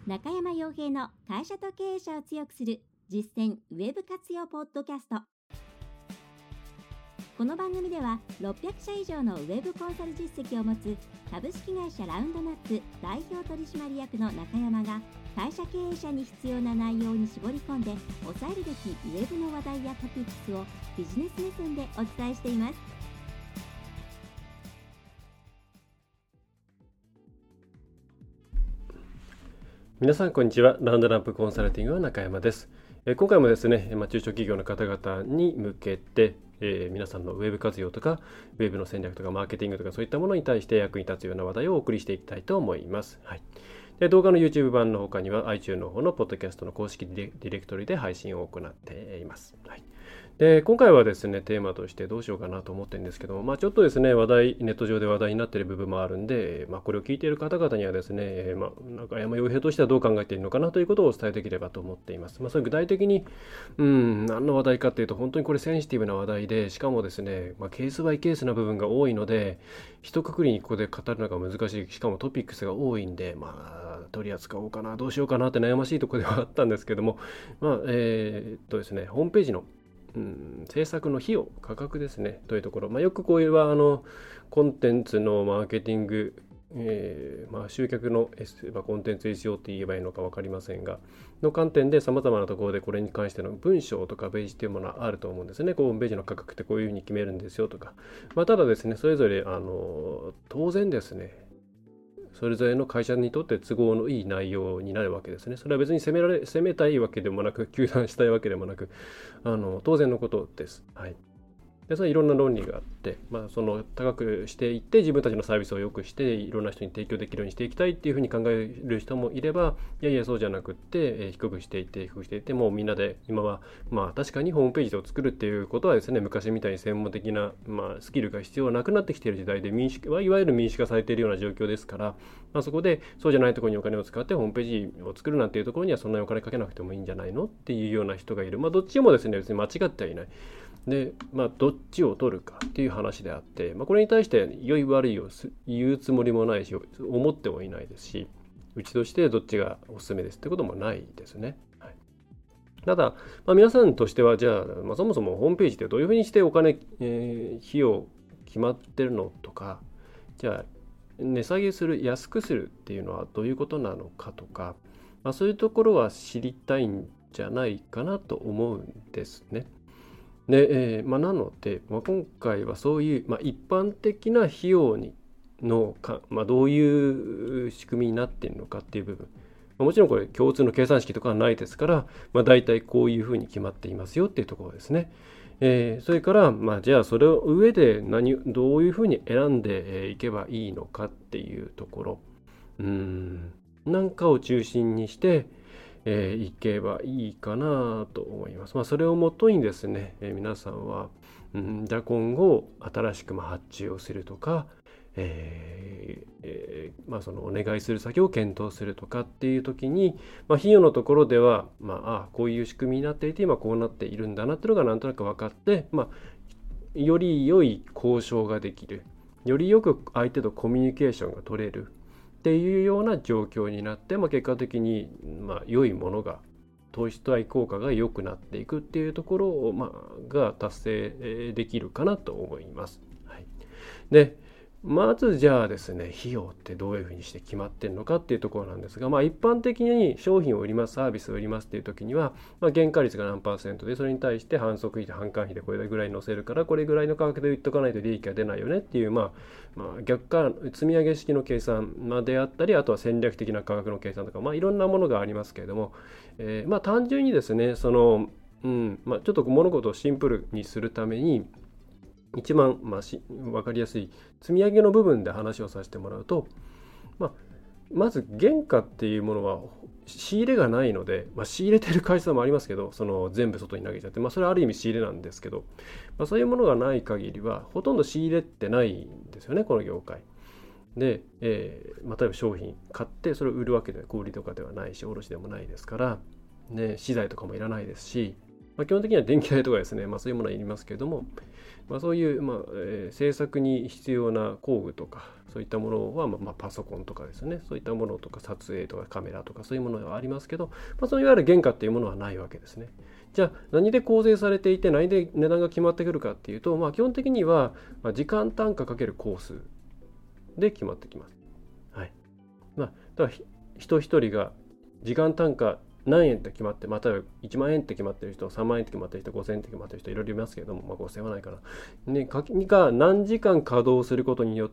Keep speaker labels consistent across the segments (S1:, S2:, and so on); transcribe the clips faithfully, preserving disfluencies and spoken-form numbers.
S1: 中山洋平の会社と経営者を強くする実践ウェブ活用ポッドキャスト。この番組ではろっぴゃくしゃ以上のウェブコンサル実績を持つ株式会社ラウンドナッツ代表取締役の中山が会社経営者に必要な内容に絞り込んで抑えるべきウェブの話題やトピックスをビジネス目線でお伝えしています。
S2: 皆さんこんにちは。ラウンドナップコンサルティングの中山です。え今回もですね、まあ、中小企業の方々に向けて、えー、皆さんのウェブ活用とかウェブの戦略とかマーケティングとかそういったものに対して役に立つような話題をお送りしていきたいと思います。はい、で動画の YouTube 版の他には iTunes の方のポッドキャストの公式ディレクトリで配信を行っています。はい、で今回はですねテーマとしてどうしようかなと思ってるんですけども、まあ、ちょっとですね話題ネット上で話題になっている部分もあるんで、まあ、これを聞いている方々にはですね、まあ、中山洋平としてはどう考えているのかなということをお伝えできればと思っています。まあ、それ具体的にうん何の話題かというと本当にこれセンシティブな話題で、しかもですね、まあ、ケースバイケースな部分が多いので一括りにここで語るのが難しい、しかもトピックスが多いんで、まあ取り扱おうかなどうしようかなって悩ましいところではあったんですけども、まあえー、っとですねホームページのうん、制作の費用価格ですねというところ、まあ、よくこういうはあのコンテンツのマーケティング、えーまあ、集客の、まあ、コンテンツ エスイーオー って言えばいいのか分かりませんがの観点でさまざまなところでこれに関しての文章とかページというものはあると思うんですね。こうホームページの価格ってこういうふうに決めるんですよとか、まあ、ただですねそれぞれあの当然ですねそれぞれの会社にとって都合のいい内容になるわけですね。それは別に責められ、責めたいわけでもなく、糾弾したいわけでもなく、あの当然のことです。はい。で、それはいろんな論理があって、まあ、その高くしていって自分たちのサービスを良くしていろんな人に提供できるようにしていきたいっていうふうに考える人もいれば、いやいやそうじゃなくって、えー、低くしていって低くしていってもうみんなで今はまあ確かにホームページを作るっていうことはですね昔みたいに専門的な、まあ、スキルが必要なくなってきている時代で民主はいわゆる民主化されているような状況ですから、まあ、そこでそうじゃないところにお金を使ってホームページを作るなんていうところにはそんなにお金かけなくてもいいんじゃないのっていうような人がいる。まあどっちもですね別に間違ってはいない。で、まあ、どっちを取るかっていう話であって、まあ、これに対して良い悪いを言うつもりもないし、思ってもいないですし、うちとしてどっちがおすすめですってこともないですね。はい、ただ、まあ、皆さんとしては、じゃあ、まあ、そもそもホームページってどういうふうにしてお金、えー、費用決まってるのとか、じゃあ、値下げする、安くするっていうのはどういうことなのかとか、まあ、そういうところは知りたいんじゃないかなと思うんですね。で、えーまあ、なので、まあ、今回はそういう、まあ、一般的な費用にのか、まあ、どういう仕組みになっているのかっていう部分、まあ、もちろんこれ共通の計算式とかはないですから、まあ、大体こういうふうに決まっていますよっていうところですね。えー、それから、まあ、じゃあそれを上で何どういうふうに選んでいけばいいのかっていうところうーんなんかを中心にしてえー、いけばいいかなと思います。まあ、それをもとにですね、えー、皆さんは、うん、じゃあ今後新しくまあ発注をするとか、えーえーまあ、そのお願いする先を検討するとかっていう時に、まあ、費用のところでは、まあ、あこういう仕組みになっていて今こうなっているんだなっていうのがなんとなく分かって、まあ、より良い交渉ができる、よりよく相手とコミュニケーションが取れるっていうような状況になって、まあ、結果的にまあ良いものが投資対効果が良くなっていくっていうところを、まあ、が達成できるかなと思います。はい、でまずじゃあですね費用ってどういうふうにして決まってるのかっていうところなんですが、まあ、一般的に商品を売りますサービスを売りますっていう時には、まあ、原価率が何パーセントでそれに対して販促費と販管費でこれぐらい乗せるからこれぐらいの価格で売っとかないと利益が出ないよねっていう、まあまあ、逆から積み上げ式の計算であったりあとは戦略的な価格の計算とか、まあ、いろんなものがありますけれども、えー、まあ単純にですねその、うんまあ、ちょっと物事をシンプルにするために一番、まあ、し分かりやすい積み上げの部分で話をさせてもらうと、まあ、まず原価っていうものは仕入れがないので、まあ、仕入れてる会社もありますけどその全部外に投げちゃって、まあ、それはある意味仕入れなんですけど、まあ、そういうものがない限りはほとんど仕入れってないんですよねこの業界で、えーまあ、例えば商品買ってそれを売るわけでは小売りとかではないし卸でもないですから、ね、資材とかもいらないですしまあ、基本的には電気代とかですね、まあ、そういうものはいりますけれども、まあ、そういう、まあえー、制作に必要な工具とかそういったものは、まあまあ、パソコンとかですね、そういったものとか撮影とかカメラとかそういうものはありますけど、まあ、そのいわゆる原価っていうものはないわけですね。じゃあ何で構成されていて何で値段が決まってくるかっていうと、まあ、基本的には時間単価かける工数で決まってきます。はい。まあ、だから人一人が時間単価何円って決まって、またいちまん円って決まってる人、さんまん円って決まってる人、ごせんえんって決まってる人、いろいろいますけれども、まあ、ごせんえんはないかな。ね、が何時間稼働することによって、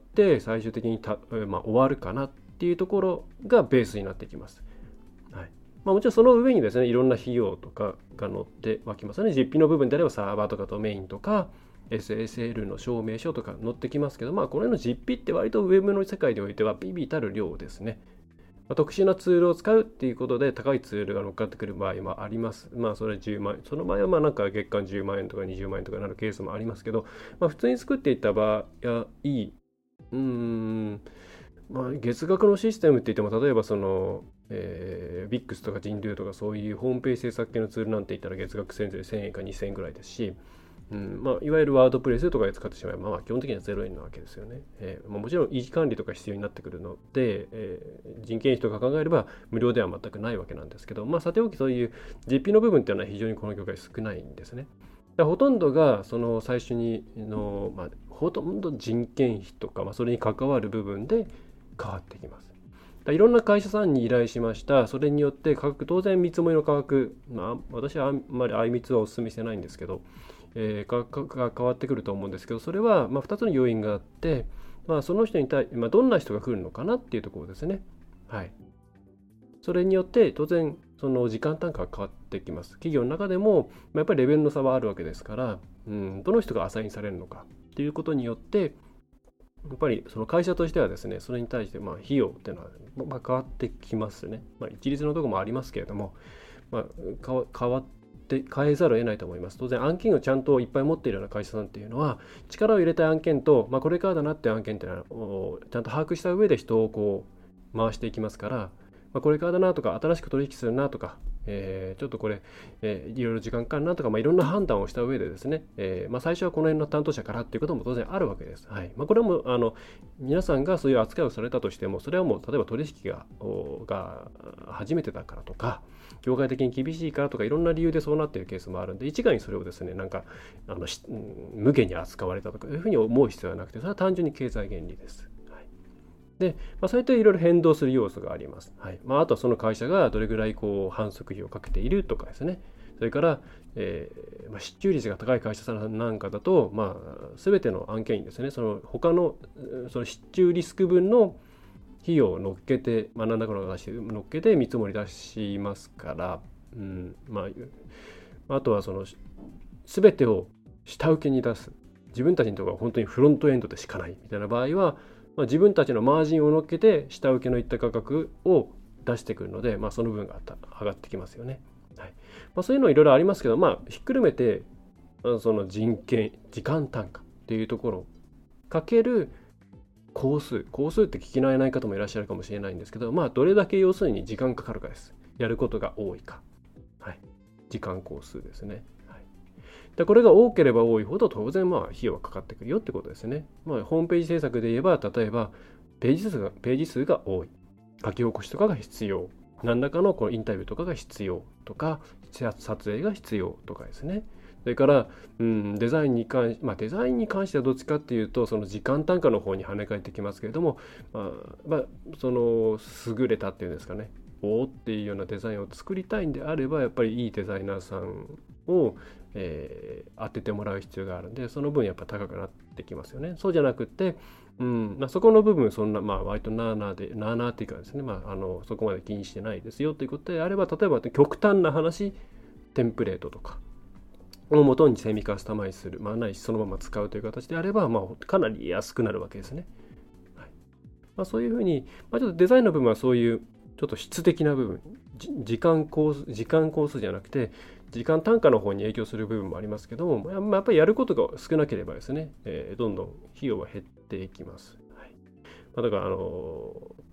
S2: 最終的にた、まあ、終わるかなっていうところがベースになってきます。はい。まあ、もちろんその上にですね、いろんな費用とかが載ってはきますね。実費の部分であればサーバーとかドメインとか、エスエスエル の証明書とか載ってきますけど、まあ、これの実費って割とウェブの世界においてはビビたる量ですね。特殊なツールを使うっていうことで高いツールが乗っかってくる場合もあります。まあそれじゅうまん円。その場合はまあなんか月間じゅうまん円とかにじゅうまん円とかなるケースもありますけど、まあ普通に作っていった場合、いい、うーん、まあ月額のシステムって言っても、例えばその、えー、ビックス とか ジンドゥ とかそういうホームページ制作系のツールなんて言ったら月額せんえんかにせんえんぐらいですし、うんまあ、いわゆるワードプレスとかで使ってしまえば、まあ、基本的にはゼロえんなわけですよね。えーまあ、もちろん維持管理とか必要になってくるので、えー、人件費とか考えれば無料では全くないわけなんですけど、まあ、さておきそういう実費の部分っていうのは非常にこの業界少ないんですね。だほとんどがその最初にの、まあ、ほとんど人件費とか、まあ、それに関わる部分で変わってきます。いろんな会社さんに依頼しました。それによって価格、当然見積もりの価格、まあ、私はあんまりあいみつはお勧めしてないんですけど、えー、価格が変わってくると思うんですけど、それはまあふたつの要因があって、まあ、その人に対して、まあ、どんな人が来るのかなっていうところですね。はい。それによって当然その時間単価が変わってきます。企業の中でもやっぱりレベルの差はあるわけですから、うん、どの人がアサインされるのかっていうことによって、やっぱりその会社としてはですね、それに対してまあ費用っていうのはまあ変わってきますね。まあ、一律のところもありますけれども、まあ、変わって変えざるを得ないと思います。当然案件をちゃんといっぱい持っているような会社さんっていうのは、力を入れたい案件と、まあ、これからだなっていう案件っていうのをちゃんと把握した上で人をこう回していきますから、まあ、これからだなとか新しく取引するなとか、えー、ちょっとこれ、えー、いろいろ時間かかるなとか、まあ、いろんな判断をした上でですね、えーまあ、最初はこの辺の担当者からっていうことも当然あるわけです。はいまあ、これもあの皆さんがそういう扱いをされたとしても、それはもう例えば取引がが初めてだからとか、業界的に厳しいからとかいろんな理由でそうなっているケースもあるんで、一概にそれをですねなんかあの無限に扱われたとかいうふうに思う必要はなくて、それは単純に経済原理です。で、まあ、そういったいろいろ変動する要素があります。はいまあ、あとはその会社がどれぐらいこう反則費をかけているとかですね。それから、えーまあ、失注率が高い会社さんなんかだと、まあ、全ての案件にですね、その他のその失注リスク分の費用を乗っけて、まあ、何らかの形で乗っけて見積もり出しますから、うんまあ、あとはその全てを下請けに出す。自分たちのところは本当にフロントエンドでしかないみたいな場合は、まあ、自分たちのマージンを乗っけて下請けのいった価格を出してくるので、まあ、その分が上がってきますよね。はいまあ、そういうのいろいろありますけど、まあ、ひっくるめてその人件時間単価っていうところかける工数工数って聞き慣れない方もいらっしゃるかもしれないんですけど、まあどれだけ要するに時間かかるかです。やることが多いか、はい、時間工数ですね。でこれが多ければ多いほど当然まあ費用がかかってくるよってことですね。まあ、ホームページ制作で言えば、例えばページ数がページ数が多い、書き起こしとかが必要、何らかのこのインタビューとかが必要とか、撮影が必要とかですね。それから、うん、デザインに関し、まあ、デザインに関してはどっちかっていうとその時間単価の方に跳ね返ってきますけれども、まあまあ、その優れたっていうんですかね、おーっていうようなデザインを作りたいんであれば、やっぱりいいデザイナーさんをえー、当ててもらう必要があるんで、その分やっぱ高くなってきますよね。そうじゃなくて、うんまあ、そこの部分そんなまあ割となーなーでなーなーっていうかですね、まあ、あのそこまで気にしてないですよということであれば、例えば極端な話テンプレートとかを元にセミカスタマイズする、まあ、ないしそのまま使うという形であれば、まあ、かなり安くなるわけですね。はいまあ、そういうふうに、まあ、ちょっとデザインの部分はそういうちょっと質的な部分、時間工数、時間工数じゃなくて時間単価の方に影響する部分もありますけども、やっぱりやることが少なければですね、えー、どんどん費用は減っていきます。はいまあ、だからあの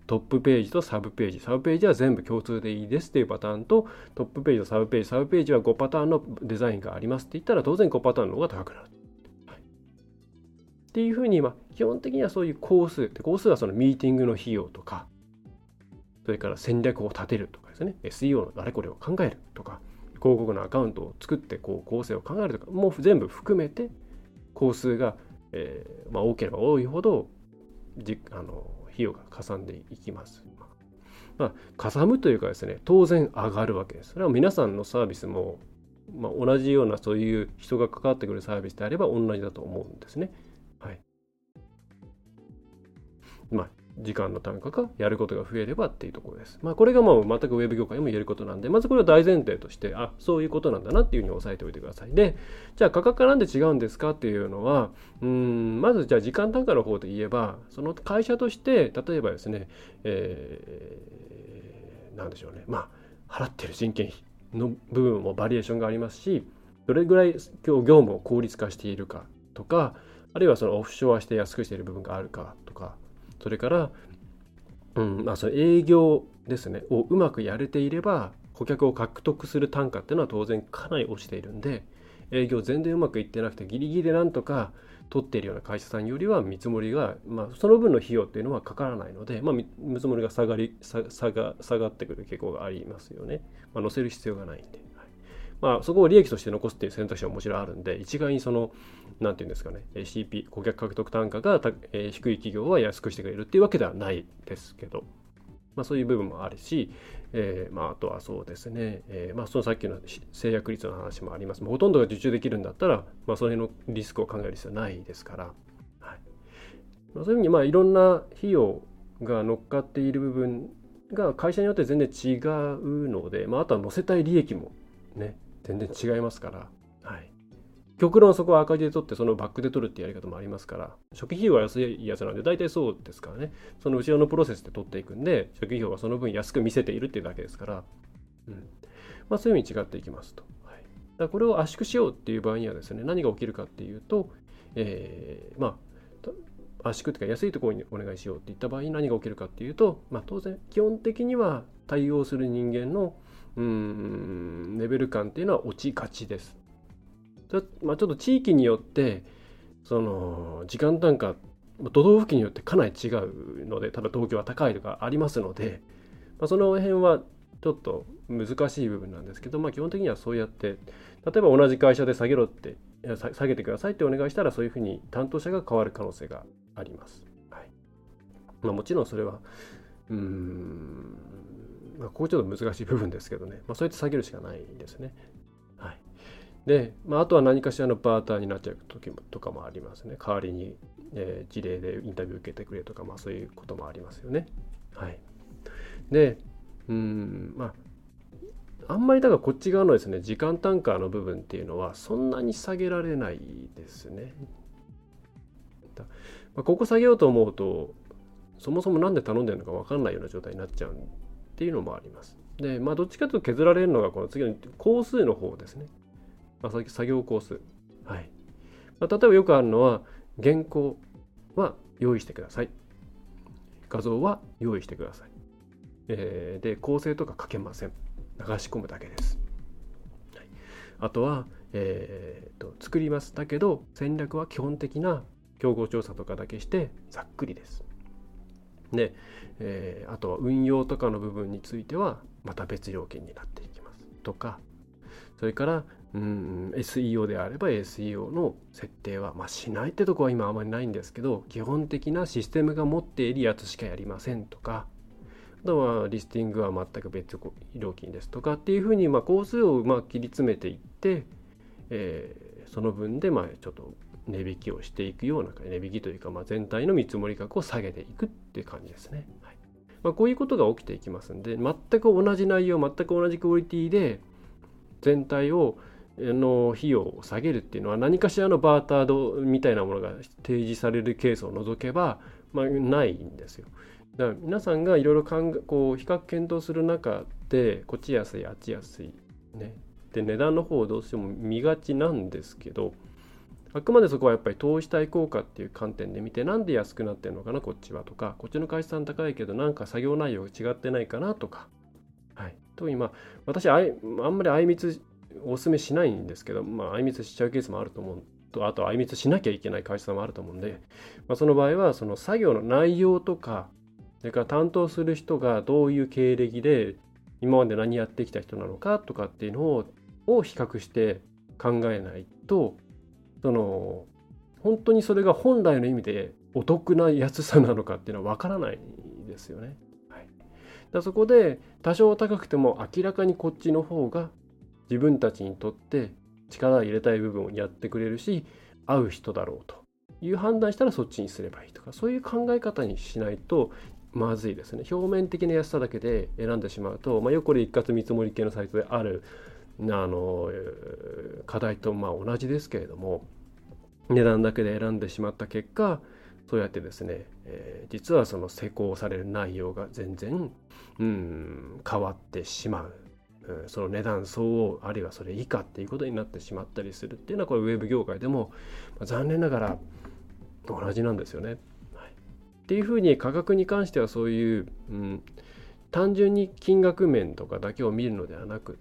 S2: トップページとサブページ、サブページは全部共通でいいですっていうパターンと、トップページとサブページ、サブページはごパターンのデザインがありますって言ったら、当然ごパターンの方が高くなる。はい、っていうふうに、まあ、基本的にはそういう工数、工数はそのミーティングの費用とか、それから戦略を立てるとかですね、エスイーオー のあれこれを考えるとか、広告のアカウントを作ってこう構成を考えるとか、もう全部含めて、工数が、えーまあ、多ければ多いほど、じあの費用がかさんでいきます。まあ、かさむというかですね、当然上がるわけです。それは皆さんのサービスも、まあ、同じようなそういう人が関わってくるサービスであれば同じだと思うんですね。はい。まあ、時間の単価がやることが増えればっていうところです。まあ、これがまあ全くウェブ業界にも言えることなんで、まずこれは大前提として、あ、そういうことなんだなっていうふうに押さえておいてください。で、じゃあ価格がなんで違うんですかっていうのは、うーん、まずじゃあ時間単価の方で言えば、その会社として、例えばですね、えー、なんでしょうね、まあ、払ってる人件費の部分もバリエーションがありますし、どれぐらい業務を効率化しているかとか、あるいはそのオフショアして安くしている部分があるかとか、それから、うんまあ、その営業ですねをうまくやれていれば顧客を獲得する単価っていうのは当然かなり落ちているんで、営業全然うまくいってなくてギリギリでなんとか取っているような会社さんよりは見積もりが、まあ、その分の費用っていうのはかからないので、まあ、見積もりが下がり下が下がってくる傾向がありますよね。まあ、載せる必要がないんで。まあ、そこを利益として残すっていう選択肢はもちろんあるんで、一概にその、なんていうんですかね、シーピー、顧客獲得単価が、えー、低い企業は安くしてくれるっていうわけではないですけど、まあ、そういう部分もあるし、えーまあ、あとはそうですね、えーまあ、そのさっきの制約率の話もあります。ほとんどが受注できるんだったら、まあ、その辺のリスクを考える必要はないですから、はいまあ、そういうふうに、まあ、いろんな費用が乗っかっている部分が会社によって全然違うので、まあ、あとは載せたい利益もね、全然違いますから、はい、極論そこは赤字で取ってそのバックで取るっていうやり方もありますから、初期費用は安いやつなんで大体そうですからね、その後ろのプロセスで取っていくんで、初期費用はその分安く見せているっていうだけですから、うんまあ、そういうふうに違っていきますと。はい、だからこれを圧縮しようっていう場合にはですね、何が起きるかっていうと、えー、まあ圧縮というか安いところにお願いしようっていった場合に何が起きるかっていうと、まあ、当然基本的には対応する人間のうーんレベル感っていうのは落ちがちです。まあ、ちょっと地域によってその時間単価都道府県によってかなり違うので、例えば東京は高いとかありますので、まあ、その辺はちょっと難しい部分なんですけど、まあ、基本的にはそうやって例えば同じ会社で下げろって下げてくださいってお願いしたら、そういうふうに担当者が変わる可能性があります。はいまあ、もちろんそれはうーんまあ、ここちょっと難しい部分ですけどね、まあ、そうやって下げるしかないですね。はい、で、まあ、あとは何かしらのバーターになっちゃう時もとかもありますね。代わりに、えー、事例でインタビュー受けてくれとか、まあ、そういうこともありますよね。はい、で、うーんまああんまりだからこっち側のですね、時間単価の部分っていうのはそんなに下げられないですね。まあ、ここ下げようと思うと、そもそもなんで頼んでるのか分かんないような状態になっちゃうっていうのもあります。で、まあどっちかというと削られるのがこの次の工数の方ですね。まあ、作業工数。はい。まあ、例えばよくあるのは、原稿は用意してください。画像は用意してください。えー、で、構成とか書けません。流し込むだけです。はい、あとは、えー、と作ります。だけど、戦略は基本的な競合調査とかだけしてざっくりです。で、えー、あとは運用とかの部分についてはまた別料金になっていきますとか、それからうん エスイーオー であれば エスイーオー の設定は、まあ、しないってとこは今あまりないんですけど、基本的なシステムが持っているやつしかやりませんとか、あとはリスティングは全く別料金ですとかっていうふうに、まあ、工数をまあ切り詰めていって、えー、その分でまあちょっと値引きをしていくような、値引きというか、まあ、全体の見積もり額を下げていくっていう感じですね。はいまあ、こういうことが起きていきますんで、全く同じ内容、全く同じクオリティで全体をの費用を下げるっていうのは、何かしらのバータードみたいなものが提示されるケースを除けば、まあ、ないんですよ。だから皆さんがいろいろこう比較検討する中で、こっち安いあっち安いねで値段の方をどうしても見がちなんですけど、 あくまでそこはやっぱり投資対効果っていう観点で見て、なんで安くなってるのかなこっちはとか、こっちの会社さん高いけどなんか作業内容が違ってないかなとか、はい、特にまあ私あいあんまりあいみつお勧めしないんですけど、まああいみつしちゃうケースもあると思うと、あとあいみつしなきゃいけない会社さんもあると思うんで、まあ、その場合はその作業の内容とか、それから担当する人がどういう経歴で今まで何やってきた人なのかとかっていうのをを比較して考えないと、その本当にそれが本来の意味でお得な安さなのかっていうのは分からないですよね。はい、だそこで多少高くても明らかにこっちの方が自分たちにとって力を入れたい部分をやってくれるし、合う人だろうという判断したらそっちにすればいいとか、そういう考え方にしないとまずいですね。表面的な安さだけで選んでしまうと、まあ、よくこれ一括見積もり系のサイトであるあの課題とまあ同じですけれども、値段だけで選んでしまった結果、そうやってですね、えー、実はその施工される内容が全然、うん、変わってしまう、うん、その値段相応あるいはそれ以下っていうことになってしまったりするっていうのは、これウェブ業界でも、まあ、残念ながら同じなんですよね。はい、っていうふうに価格に関してはそういう、うん、単純に金額面とかだけを見るのではなくって、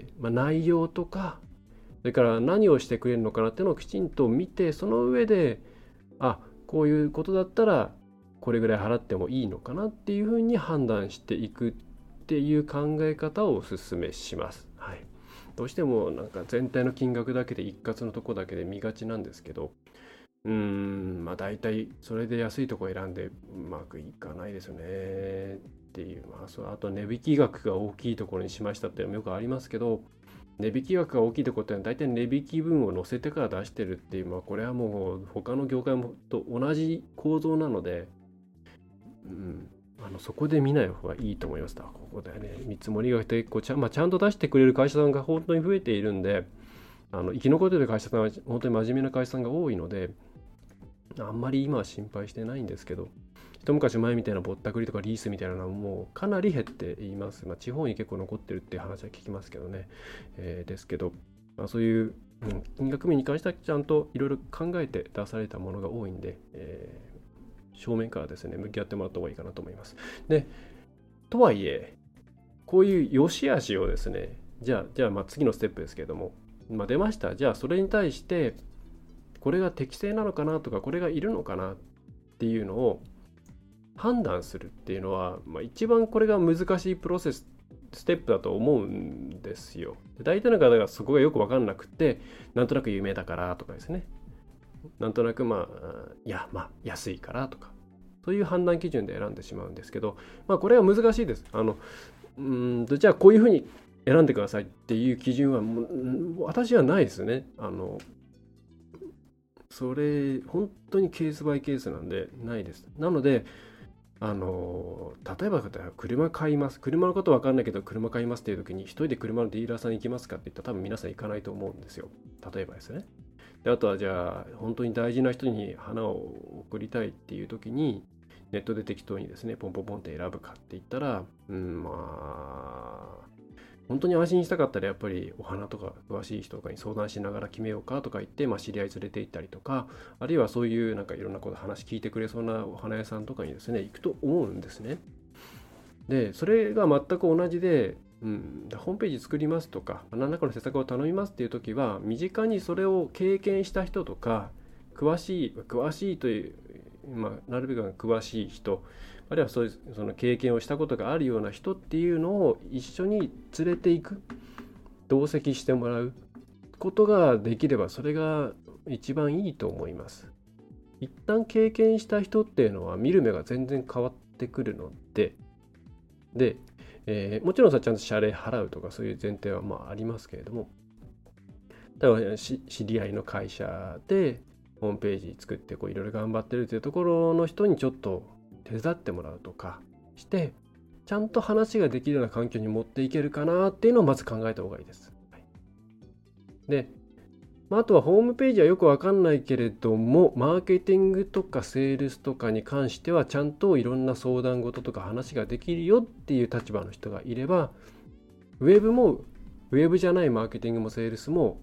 S2: まあ、内容とかそれから何をしてくれるのかなっていうのをきちんと見て、その上であこういうことだったらこれぐらい払ってもいいのかなっていうふうに判断していくっていう考え方をお勧めします。はい、どうしてもなんか全体の金額だけで一括のとこだけで見がちなんですけど、うーんまあ大体それで安いとこ選んでうまくいかないですよねっていう、まあ、そうあと値引き額が大きいところにしましたっていうのもよくありますけど、値引き額が大きいところってのは大体値引き分を載せてから出してるっていう、まあ、これはもう他の業界もと同じ構造なので、うん、あのそこで見ない方がいいと思います。ここでね、見積もり額って結構ちゃ、まあ、ちゃんと出してくれる会社さんが本当に増えているんで、あの生き残っている会社さんは本当に真面目な会社さんが多いので、あんまり今は心配してないんですけど、一昔前みたいなぼったくりとかリースみたいなのはもうかなり減っています。まあ、地方に結構残ってるっていう話は聞きますけどね。えー、ですけど、まあ、そういう、うん、金額面に関してはちゃんといろいろ考えて出されたものが多いんで、えー、正面からですね、向き合ってもらった方がいいかなと思います。で、とはいえ、こういう良し悪しをですね、じゃあ、じゃあまあ次のステップですけれども、まあ、出ました。じゃあそれに対して、これが適正なのかなとか、これがいるのかなっていうのを判断するっていうのは、まあ、一番これが難しいプロセスステップだと思うんですよ。大体の方がそこがよく分かんなくて、なんとなく有名だからとかですね、なんとなくまあいやまあ安いからとか、そういう判断基準で選んでしまうんですけど、まあこれは難しいです。あのうーんとじゃあこういうふうに選んでくださいっていう基準はもう私はないですね。あのそれ本当にケースバイケースなんでないです。なのであの例えば車買います車のこと分かんないけど車買いますっていう時に一人で車のディーラーさんに行きますかって言ったら多分皆さん行かないと思うんですよ。例えばですね。であとはじゃあ本当に大事な人に花を贈りたいっていう時にネットで適当にですねポンポンポンって選ぶかって言ったら、うんまあ本当に安心したかったらやっぱりお花とか詳しい人とかに相談しながら決めようかとか言って、まあ、知り合い連れて行ったりとか、あるいはそういうなんかいろんなこと話聞いてくれそうなお花屋さんとかにですね行くと思うんですね。でそれが全く同じで、うん、ホームページ作りますとか何らかの施策を頼みますっていう時は身近にそれを経験した人とか詳しい詳しいという、まあ、なるべく詳しい人、あるいはそういうその経験をしたことがあるような人っていうのを一緒に連れていく、同席してもらうことができればそれが一番いいと思います。一旦経験した人っていうのは見る目が全然変わってくるので、で、えー、もちろんさちゃんと謝礼払うとかそういう前提はまあありますけれども、だから知り合いの会社でホームページ作ってこういろいろ頑張ってるというところの人にちょっと手伝ってもらうとかしてちゃんと話ができるような環境に持っていけるかなっていうのをまず考えた方がいいです。はい、で、まあ、あとはホームページはよくわかんないけれどもマーケティングとかセールスとかに関してはちゃんといろんな相談事とか話ができるよっていう立場の人がいれば、ウェブもウェブじゃないマーケティングもセールスも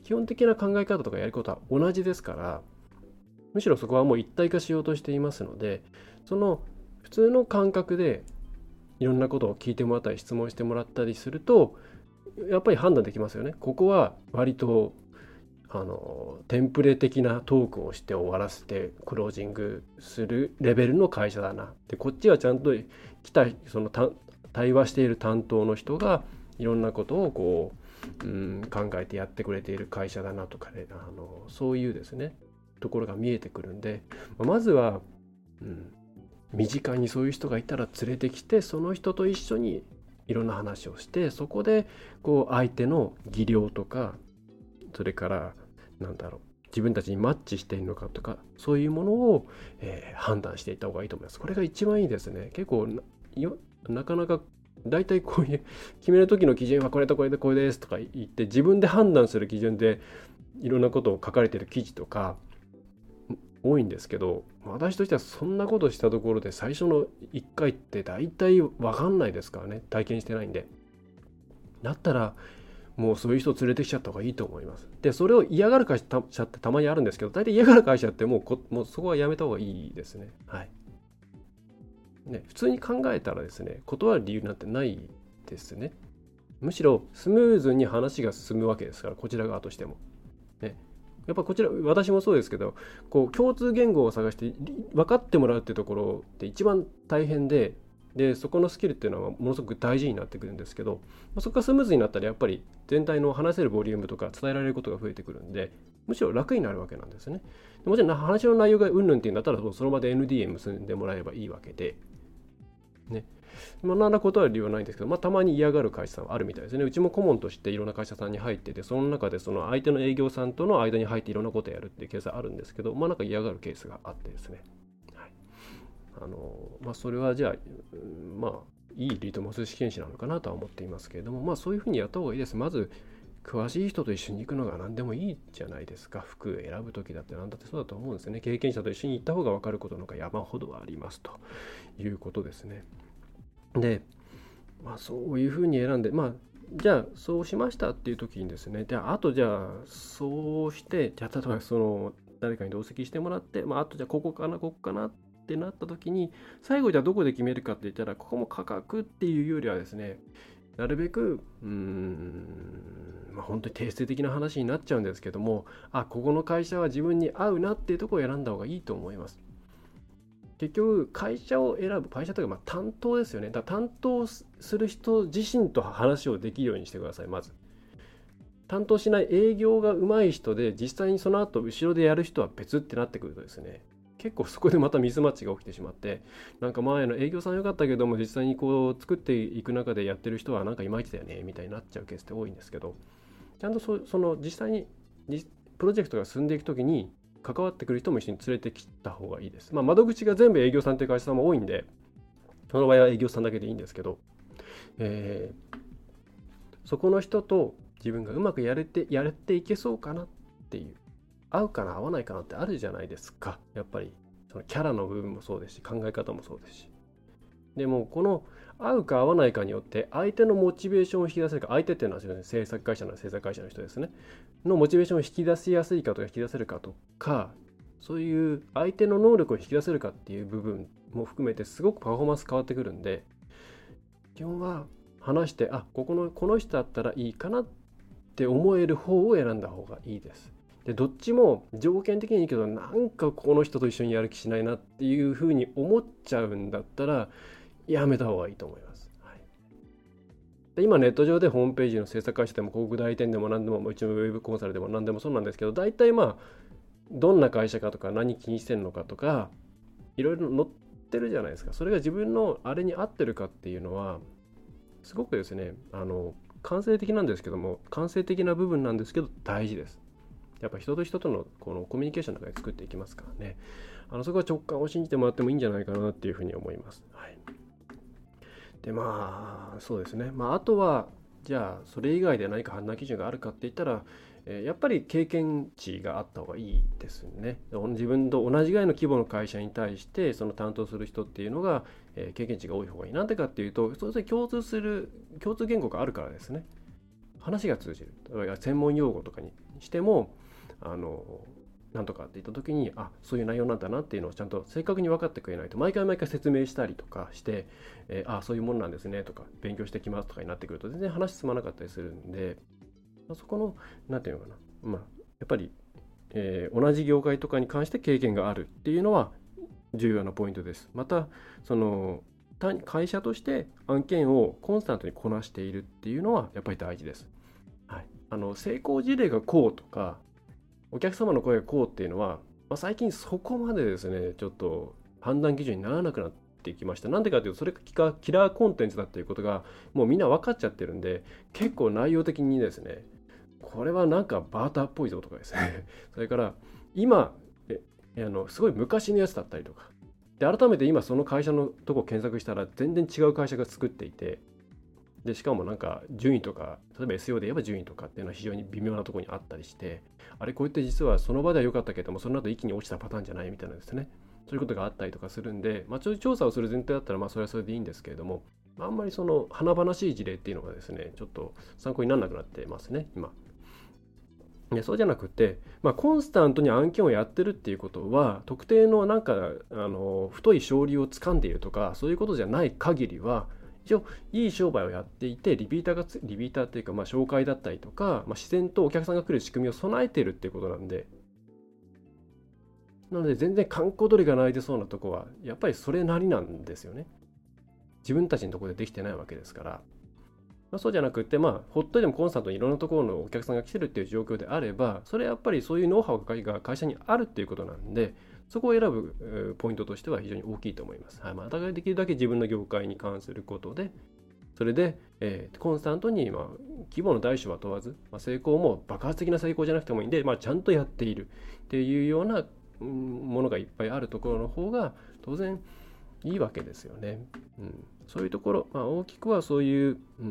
S2: 基本的な考え方とかやることは同じですから、むしろそこはもう一体化しようとしていますので、その普通の感覚でいろんなことを聞いてもらったり質問してもらったりすると、やっぱり判断できますよね。ここは割とあのテンプレ的なトークをして終わらせてクロージングするレベルの会社だな。でこっちはちゃんと来たその対話している担当の人がいろんなことをこう、うん、考えてやってくれている会社だなとかね、あのそういうですねところが見えてくるんで、まずは、うん、身近にそういう人がいたら連れてきて、その人と一緒にいろんな話をして、そこでこう相手の技量とか、それからなんだろう自分たちにマッチしているのかとか、そういうものを、えー、判断していった方がいいと思います。これが一番いいですね。結構 な, よなかなか大体こういう決める時の基準はこれとこれでこれですとか言って、自分で判断する基準でいろんなことを書かれている記事とか多いんですけど、私としてはそんなことしたところで最初のいっかいって大体分かんないですからね、体験してないんで。だったらもうそういう人を連れてきちゃった方がいいと思います。でそれを嫌がる会社ってたまにあるんですけど、大体嫌がる会社ってもうこもうそこはやめた方がいいですね。はいね、普通に考えたらですね、断る理由なんてないですね。むしろスムーズに話が進むわけですから、こちら側としてもね。やっぱこちら、私もそうですけど、こう共通言語を探して分かってもらうっていうところって一番大変で、でそこのスキルっていうのはものすごく大事になってくるんですけど、そこがスムーズになったらやっぱり全体の話せるボリュームとか伝えられることが増えてくるんで、むしろ楽になるわけなんですね。もちろん話の内容がうんぬんっていうんだったら、その場で エヌディーエー 結んでもらえばいいわけでね。まあ、何ら断る理由はないんですけど、まあ、たまに嫌がる会社さんはあるみたいですね。うちも顧問としていろんな会社さんに入ってて、その中でその相手の営業さんとの間に入っていろんなことをやるっていうケースはあるんですけど、まあなんか嫌がるケースがあってですね。はい、あのまあそれはじゃあ、まあいいリトマス試験紙なのかなとは思っていますけれども、まあそういうふうにやった方がいいです。まず詳しい人と一緒に行くのが何でもいいじゃないですか。服選ぶ時だって何だってそうだと思うんですよね。経験者と一緒に行った方が分かることの方が山ほどはありますということですね。でまあ、そういうふうに選んで、まあ、じゃあそうしましたっていう時にですね、じゃああとじゃあそうして、じゃあ例えばその誰かに同席してもらって、まあ、あとじゃあここかなここかなってなった時に、最後じゃあどこで決めるかって言ったら、ここも価格っていうよりはですね、なるべくうーん、まあ、本当に定性的な話になっちゃうんですけども、あ、ここの会社は自分に合うなっていうところを選んだ方がいいと思います。結局会社を選ぶ、会社というかまあ担当ですよね。だから担当する人自身と話をできるようにしてください。まず担当しない営業が上手い人で、実際にその後後ろでやる人は別ってなってくるとですね、結構そこでまたミスマッチが起きてしまって、なんか前の営業さん良かったけども、実際にこう作っていく中でやってる人はなんかいまいちだよねみたいになっちゃうケースって多いんですけど、ちゃんと そ, その実際にプロジェクトが進んでいくときに関わってくる人も一緒に連れてきた方がいいです。まあ、窓口が全部営業さんという会社さんも多いんで、その場合は営業さんだけでいいんですけど、えー、そこの人と自分がうまくやれてやれていけそうかなっていう、合うかな合わないかなってあるじゃないですか。やっぱりそのキャラの部分もそうですし、考え方もそうですし、でもこの合うか合わないかによって相手のモチベーションを引き出せるか、相手っていうのは制作会社の制作会社の人ですねのモチベーションを引き出しやすいかとか引き出せるかとか、そういう相手の能力を引き出せるかっていう部分も含めてすごくパフォーマンス変わってくるんで、基本は話して、あ、ここのこの人だったらいいかなって思える方を選んだ方がいいです。でどっちも条件的にいいけど、なんかこの人と一緒にやる気しないなっていうふうに思っちゃうんだったらやめた方がいいと思います。はい、で今ネット上でホームページの制作会社でも広告代理店でも何でも、うちのウェブコンサルでも何でもそうなんですけど、大体まあどんな会社かとか何気にしてるのかとかいろいろ載ってるじゃないですか。それが自分のあれに合ってるかっていうのはすごくですね、あの感性的なんですけども、感性的な部分なんですけど大事です。やっぱ人と人とのこのコミュニケーションの中で作っていきますからね。あのそこは直感を信じてもらってもいいんじゃないかなっていうふうに思います。はい、でまあそうですね。まああとはじゃあそれ以外で何か判断基準があるかって言ったら、えー、やっぱり経験値があった方がいいですね。自分と同じぐらいの規模の会社に対してその担当する人っていうのが、えー、経験値が多い方がいい。なんでかっていうと、それで共通する共通言語があるからですね。話が通じる。だから専門用語とかにしてもあのなんとかって言った時に、あ、そういう内容なんだなっていうのをちゃんと正確に分かってくれないと、毎回毎回説明したりとかして、えー、あ、そういうものなんですねとか、勉強してきますとかになってくると全然話進まなかったりするんで、そこのなんていうのかな、まあやっぱり、えー、同じ業界とかに関して経験があるっていうのは重要なポイントです。またその会社として案件をコンスタントにこなしているっていうのはやっぱり大事です。はい、あの成功事例がこうとか、お客様の声がこうっていうのは、まあ、最近そこまでですね、ちょっと判断基準にならなくなってきました。なんでかというと、それがキラーコンテンツだっていうことがもうみんな分かっちゃってるんで、結構内容的にですね、これはなんかバーターっぽいぞとかですねそれから今えあのすごい昔のやつだったりとかで、改めて今その会社のとこを検索したら全然違う会社が作っていて、でしかもなんか順位とか、例えば エスイーオー で言えば順位とかっていうのは非常に微妙なところにあったりして、あれこうやって実はその場では良かったけどもその後一気に落ちたパターンじゃないみたいなですね、そういうことがあったりとかするんで、まあ、ちょっと調査をする前提だったらまあそれはそれでいいんですけれども、あんまりその華々しい事例っていうのがですね、ちょっと参考にならなくなってますね今。でそうじゃなくて、まあ、コンスタントに案件をやってるっていうことは、特定のなんかあの太い勝利を掴んでいるとかそういうことじゃない限りは、一応いい商売をやっていて、リピーターがつリピーターっていうか、まあ紹介だったりとか、まあ、自然とお客さんが来る仕組みを備えているっていうことなんで、なので全然観光鳥が鳴いてそうなとこはやっぱりそれなりなんですよね。自分たちのところでできてないわけですから。まあ、そうじゃなくて、まあ、ほっといてもコンスタントにいろんなところのお客さんが来てるっていう状況であれば、それはやっぱりそういうノウハウが会社にあるっていうことなんで、そこを選ぶポイントとしては非常に大きいと思います。はい、まあ、だからできるだけ自分の業界に関することで、それで、えー、コンスタントに、まあ、規模の大小は問わず、まあ、成功も爆発的な成功じゃなくてもいいんで、まあ、ちゃんとやっているっていうようなものがいっぱいあるところの方が当然いいわけですよね。うん、そういうところ、まあ、大きくはそういう、うん、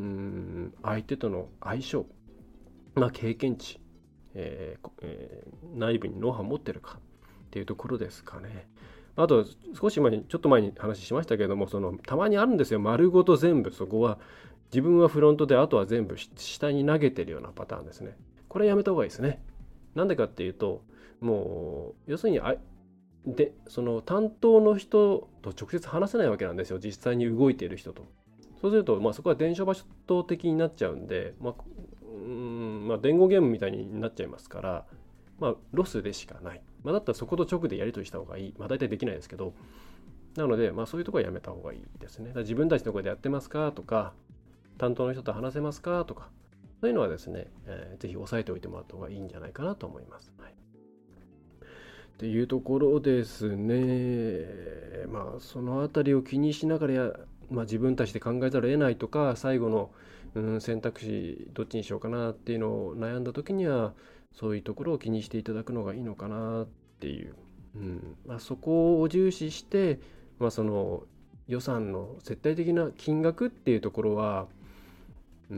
S2: 相手との相性、まあ、経験値、えーえー、内部にノウハウを持ってるかっていうところですかね。あと少し前にちょっと前に話しましたけれども、そのたまにあるんですよ、丸ごと全部そこは自分はフロントであとは全部下に投げてるようなパターンですね。これやめた方がいいですね。なんでかっていうと、もう要するにあでその担当の人と直接話せないわけなんですよ、実際に動いている人と。そうすると、まあ、そこは伝書バト的になっちゃうんで、まあうんまあ、伝言ゲームみたいになっちゃいますから、まあ、ロスでしかない。まあ、だったらそこと直でやり取りした方がいい。まあ、大体できないですけど。なので、まあ、そういうところはやめた方がいいですね。だから自分たちのところでやってますかとか、担当の人と話せますかとか、そういうのはですね、えー、ぜひ押さえておいてもらった方がいいんじゃないかなと思います。はい、っていうところですね。まあ、そのあたりを気にしながらや、まあ、自分たちで考えざるを得ないとか、最後の、うん、選択肢どっちにしようかなっていうのを悩んだ時には、そういうところを気にしていただくのがいいのかなっていう、うんまあ、そこを重視して、まあ、その予算の絶対的な金額っていうところは、うん、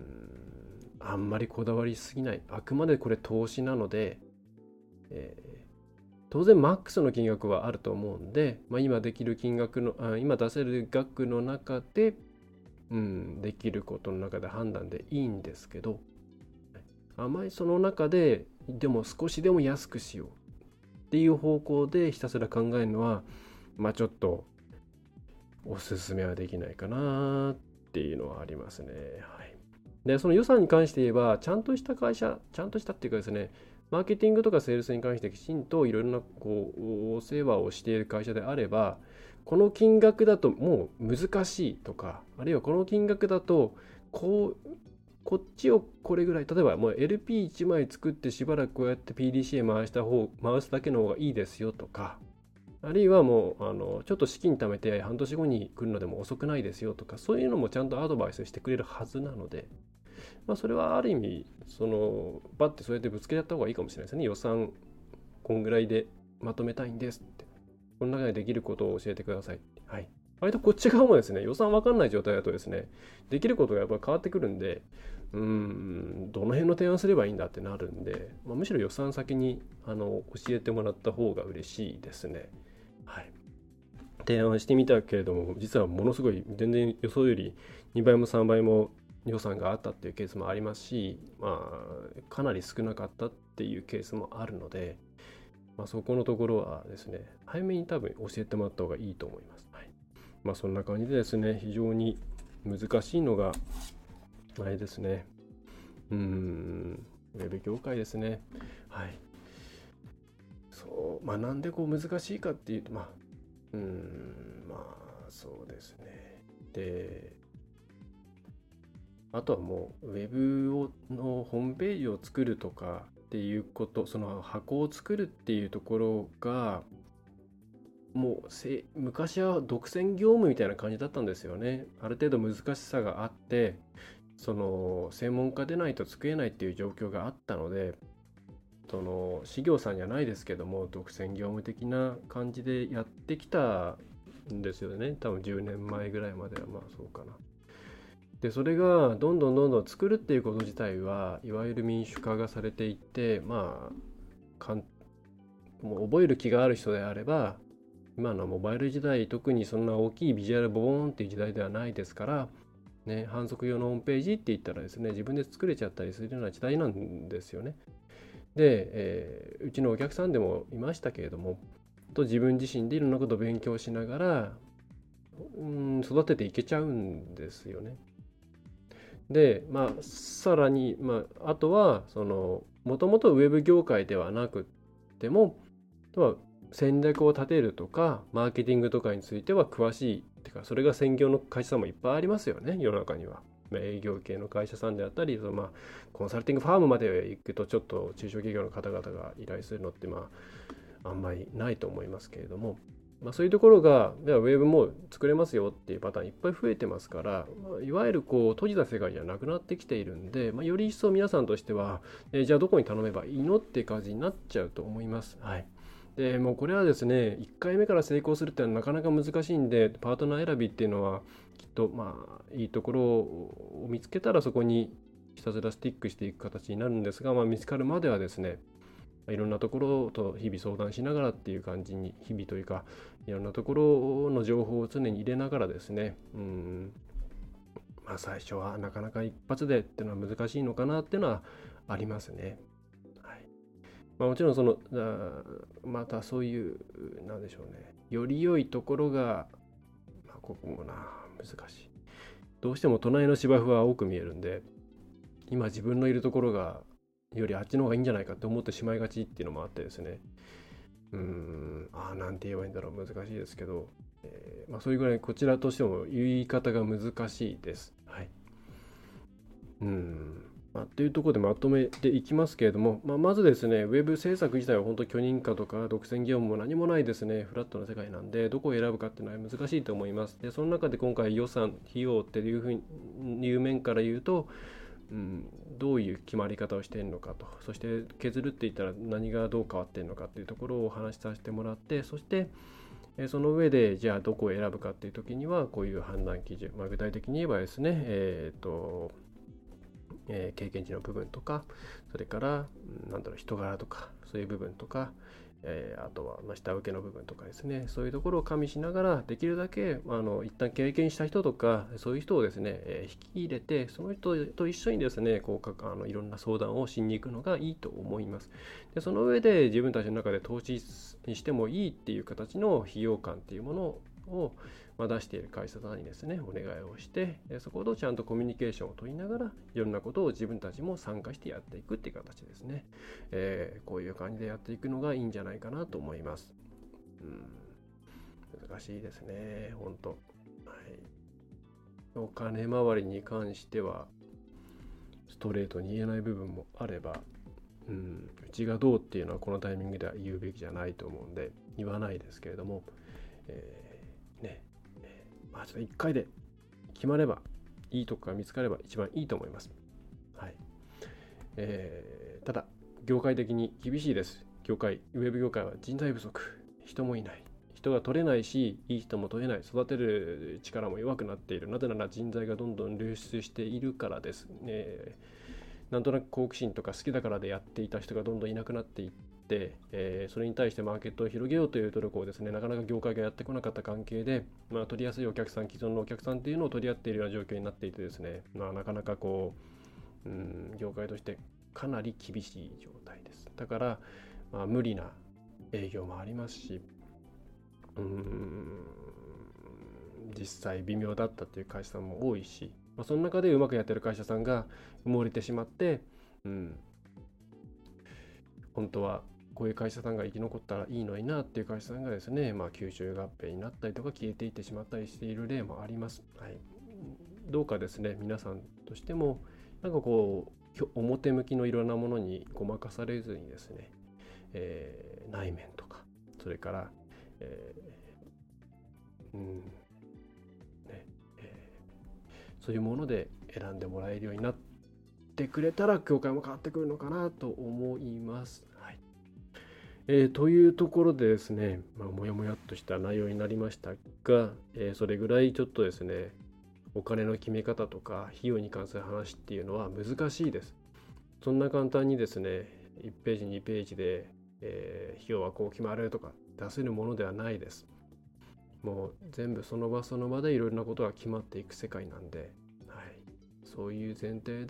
S2: あんまりこだわりすぎない。あくまでこれ投資なので、えー、当然マックスの金額はあると思うんで、まあ、今できる金額のあ今出せる額の中で、うん、できることの中で判断でいいんですけど、あまりその中ででも少しでも安くしようっていう方向でひたすら考えるのは、まあちょっとおすすめはできないかなっていうのはありますね。はい、でその予算に関して言えば、ちゃんとした会社、ちゃんとしたっていうかですね、マーケティングとかセールスに関してきちんといろいろなこうお世話をしている会社であれば、この金額だともう難しいとか、あるいはこの金額だとこうこっちをこれぐらい、例えばもう エルピーいち 枚作ってしばらくこうやって ピーディーシー 回した方回すだけの方がいいですよとか、あるいはもうあのちょっと資金貯めて半年後に来るのでも遅くないですよとか、そういうのもちゃんとアドバイスしてくれるはずなので、まあ、それはある意味そのバッてそうやってぶつけちゃった方がいいかもしれないですね。予算こんぐらいでまとめたいんですって、この中でできることを教えてください。はい。割とこっち側もですね、予算わかんない状態だとですね、できることがやっぱり変わってくるんで、うーん、どの辺の提案すればいいんだってなるんで、まあ、むしろ予算先にあの教えてもらった方が嬉しいですね。はい。提案してみたけれども、実はものすごい全然予想よりにばいもさんばいも予算があったっていうケースもありますし、まあ、かなり少なかったっていうケースもあるので、まあ、そこのところはですね、早めに多分教えてもらった方がいいと思います。はい、まあ、そんな感じでですね、非常に難しいのが、あれですね、うーん、ウェブ業界ですね。はい。そう、まあ、なんでこう難しいかっていうと、まあ、うーん、まあ、そうですね。で、あとはもう、ウェブをのホームページを作るとかっていうこと、その箱を作るっていうところが、もうせ昔は独占業務みたいな感じだったんですよね。ある程度難しさがあって、その専門家でないと作れないっていう状況があったので、その事業さんじゃないですけども、独占業務的な感じでやってきたんですよね。多分じゅうねんまえぐらいまでは、まあそうかな。で、それがどんどんどんどん作るっていうこと自体はいわゆる民主化がされていって、まあかんもう覚える気がある人であれば、今のモバイル時代、特にそんな大きいビジュアルボーンっていう時代ではないですから、ね、反則用のホームページって言ったらですね、自分で作れちゃったりするような時代なんですよね。で、えーうちのお客さんでもいましたけれども、と自分自身でいろんなことを勉強しながら、うん、育てていけちゃうんですよね。で、まあ、さらに、まあ、あとは、その、もともとウェブ業界ではなくても、あとは戦略を立てるとか、マーケティングとかについては詳しい。っていうか、それが専業の会社さんもいっぱいありますよね、世の中には。営業系の会社さんであったり、そのまあコンサルティングファームまで行くとちょっと中小企業の方々が依頼するのってまああんまりないと思いますけれども、まあ、そういうところがウェブも作れますよっていうパターンいっぱい増えてますから、まあ、いわゆるこう閉じた世界じゃなくなってきているんで、まあ、より一層皆さんとしては、えー、じゃあどこに頼めばいいのって感じになっちゃうと思います。はい。でもうこれはですね、いっかいめから成功するってのはなかなか難しいんで、パートナー選びっていうのはきっとまあいいところを見つけたらそこにひたすらスティックしていく形になるんですが、まあ、見つかるまではですね、いろんなところと日々相談しながらっていう感じに、日々というかいろんなところの情報を常に入れながらですね、うん、まあ最初はなかなか一発でっていうのは難しいのかなっていうのはありますね。まあ、もちろんそのまたそういうなんでしょうね、より良いところが、まあ、ここもな難しい。どうしても隣の芝生は多く見えるんで、今自分のいるところがよりあっちの方がいいんじゃないかって思ってしまいがちっていうのもあってですね、うーんああなんて言えばいいんだろう、難しいですけど、えーまあ、そういうぐらいこちらとしても言い方が難しいです。はい。うんまあ、っていうところでまとめていきますけれども、まあ、まずですね、ウェブ制作自体は本当許認可とか独占業務も何もないですね、フラットな世界なんで、どこを選ぶかっていうのは難しいと思います。で、その中で今回予算、費用っていうふうにいう面から言うと、うん、どういう決まり方をしているのかと、そして削るって言ったら何がどう変わっているのかっていうところをお話しさせてもらって、そしてその上でじゃあどこを選ぶかっていう時にはこういう判断基準、まあ、具体的に言えばですね、えっとえー、経験値の部分とか、それからなんだろう人柄とかそういう部分とか、えー、あとはまあ下請けの部分とかですね、そういうところを加味しながらできるだけあの一旦経験した人とかそういう人をですね、えー、引き入れてその人と一緒にですねこうかあのいろんな相談をしに行くのがいいと思います。でその上で自分たちの中で投資してもいいっていう形の費用感っていうものをまあ、出している会社さんにですねお願いをして、そことちゃんとコミュニケーションを取りながらいろんなことを自分たちも参加してやっていくっていう形ですね、えー、こういう感じでやっていくのがいいんじゃないかなと思います。うん、難しいですね本当、はい、お金回りに関してはストレートに言えない部分もあれば、うん、うちがどうっていうのはこのタイミングでは言うべきじゃないと思うんで言わないですけれども、えー、ねまあ、ちょっといっかいで決まればいいとこが見つかれば一番いいと思います。はい。えー、ただ業界的に厳しいです。業界、ウェブ業界は人材不足、人もいない、人が取れないし、いい人も取れない、育てる力も弱くなっている。なぜなら人材がどんどん流出しているからですね。なんとなく好奇心とか好きだからでやっていた人がどんどんいなくなっていってて、えー、それに対してマーケットを広げようという努力をですね、なかなか業界がやってこなかった関係で、まあ、取りやすいお客さん、既存のお客さんっていうのを取り合っているような状況になっていてですね、まあ、なかなかこう、うん、業界としてかなり厳しい状態です。だから、まあ、無理な営業もありますし、うーん実際微妙だったっていう会社さんも多いし、まあ、その中でうまくやってる会社さんが埋もれてしまって、うん、本当はこういう会社さんが生き残ったらいいのになっていう会社さんがですね、まあ、吸収合併になったりとか消えていってしまったりしている例もあります。はい、どうかですね、皆さんとしてもなんかこう表向きのいろんなものにごまかされずにですね、えー、内面とか、それから、えーうんねえー、そういうもので選んでもらえるようになってくれたら業界も変わってくるのかなと思います。はい、えー、というところでですね、まあ、もやもやっとした内容になりましたが、えー、それぐらいちょっとですね、お金の決め方とか費用に関する話っていうのは難しいです。そんな簡単にですね、いちページにページで、えー、費用はこう決まるとか出せるものではないです。もう全部その場その場でいろいろなことが決まっていく世界なんで、はい、そういう前提で、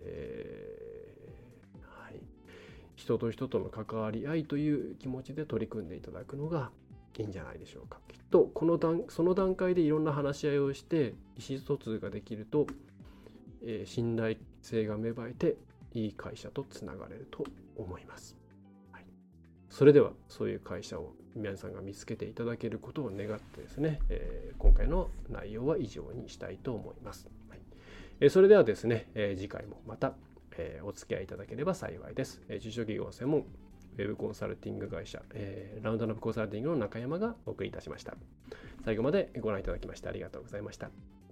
S2: えーはい、人と人との関わり合いという気持ちで取り組んでいただくのがいいんじゃないでしょうか。きっとこの段その段階でいろんな話し合いをして意思疎通ができると、えー、信頼性が芽生えていい会社とつながれると思います。はい、それではそういう会社を皆さんが見つけていただけることを願ってですね、えー、今回の内容は以上にしたいと思います。はい、えー、それではですね、えー、次回もまた、えー、お付き合いいただければ幸いです。えー、中小企業専門ウェブコンサルティング会社、えー、ラウンドナップコンサルティングの中山がお送りいたしました。最後までご覧いただきましてありがとうございました。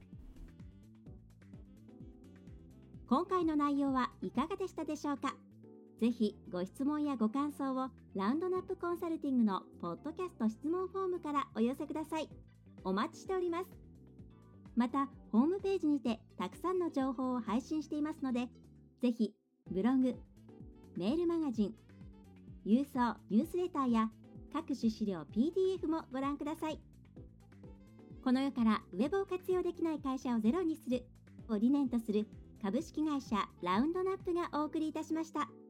S1: 今回の内容はいかがでしたでしょうか。ぜひご質問やご感想をラウンドナップコンサルティングのポッドキャスト質問フォームからお寄せください。お待ちしております。またホームページにてたくさんの情報を配信していますので、ぜひブログ、メールマガジン、郵送ニュースレターや各種資料 ピーディーエフ もご覧ください。この世からウェブを活用できない会社をゼロにするを理念とする株式会社ラウンドナップがお送りいたしました。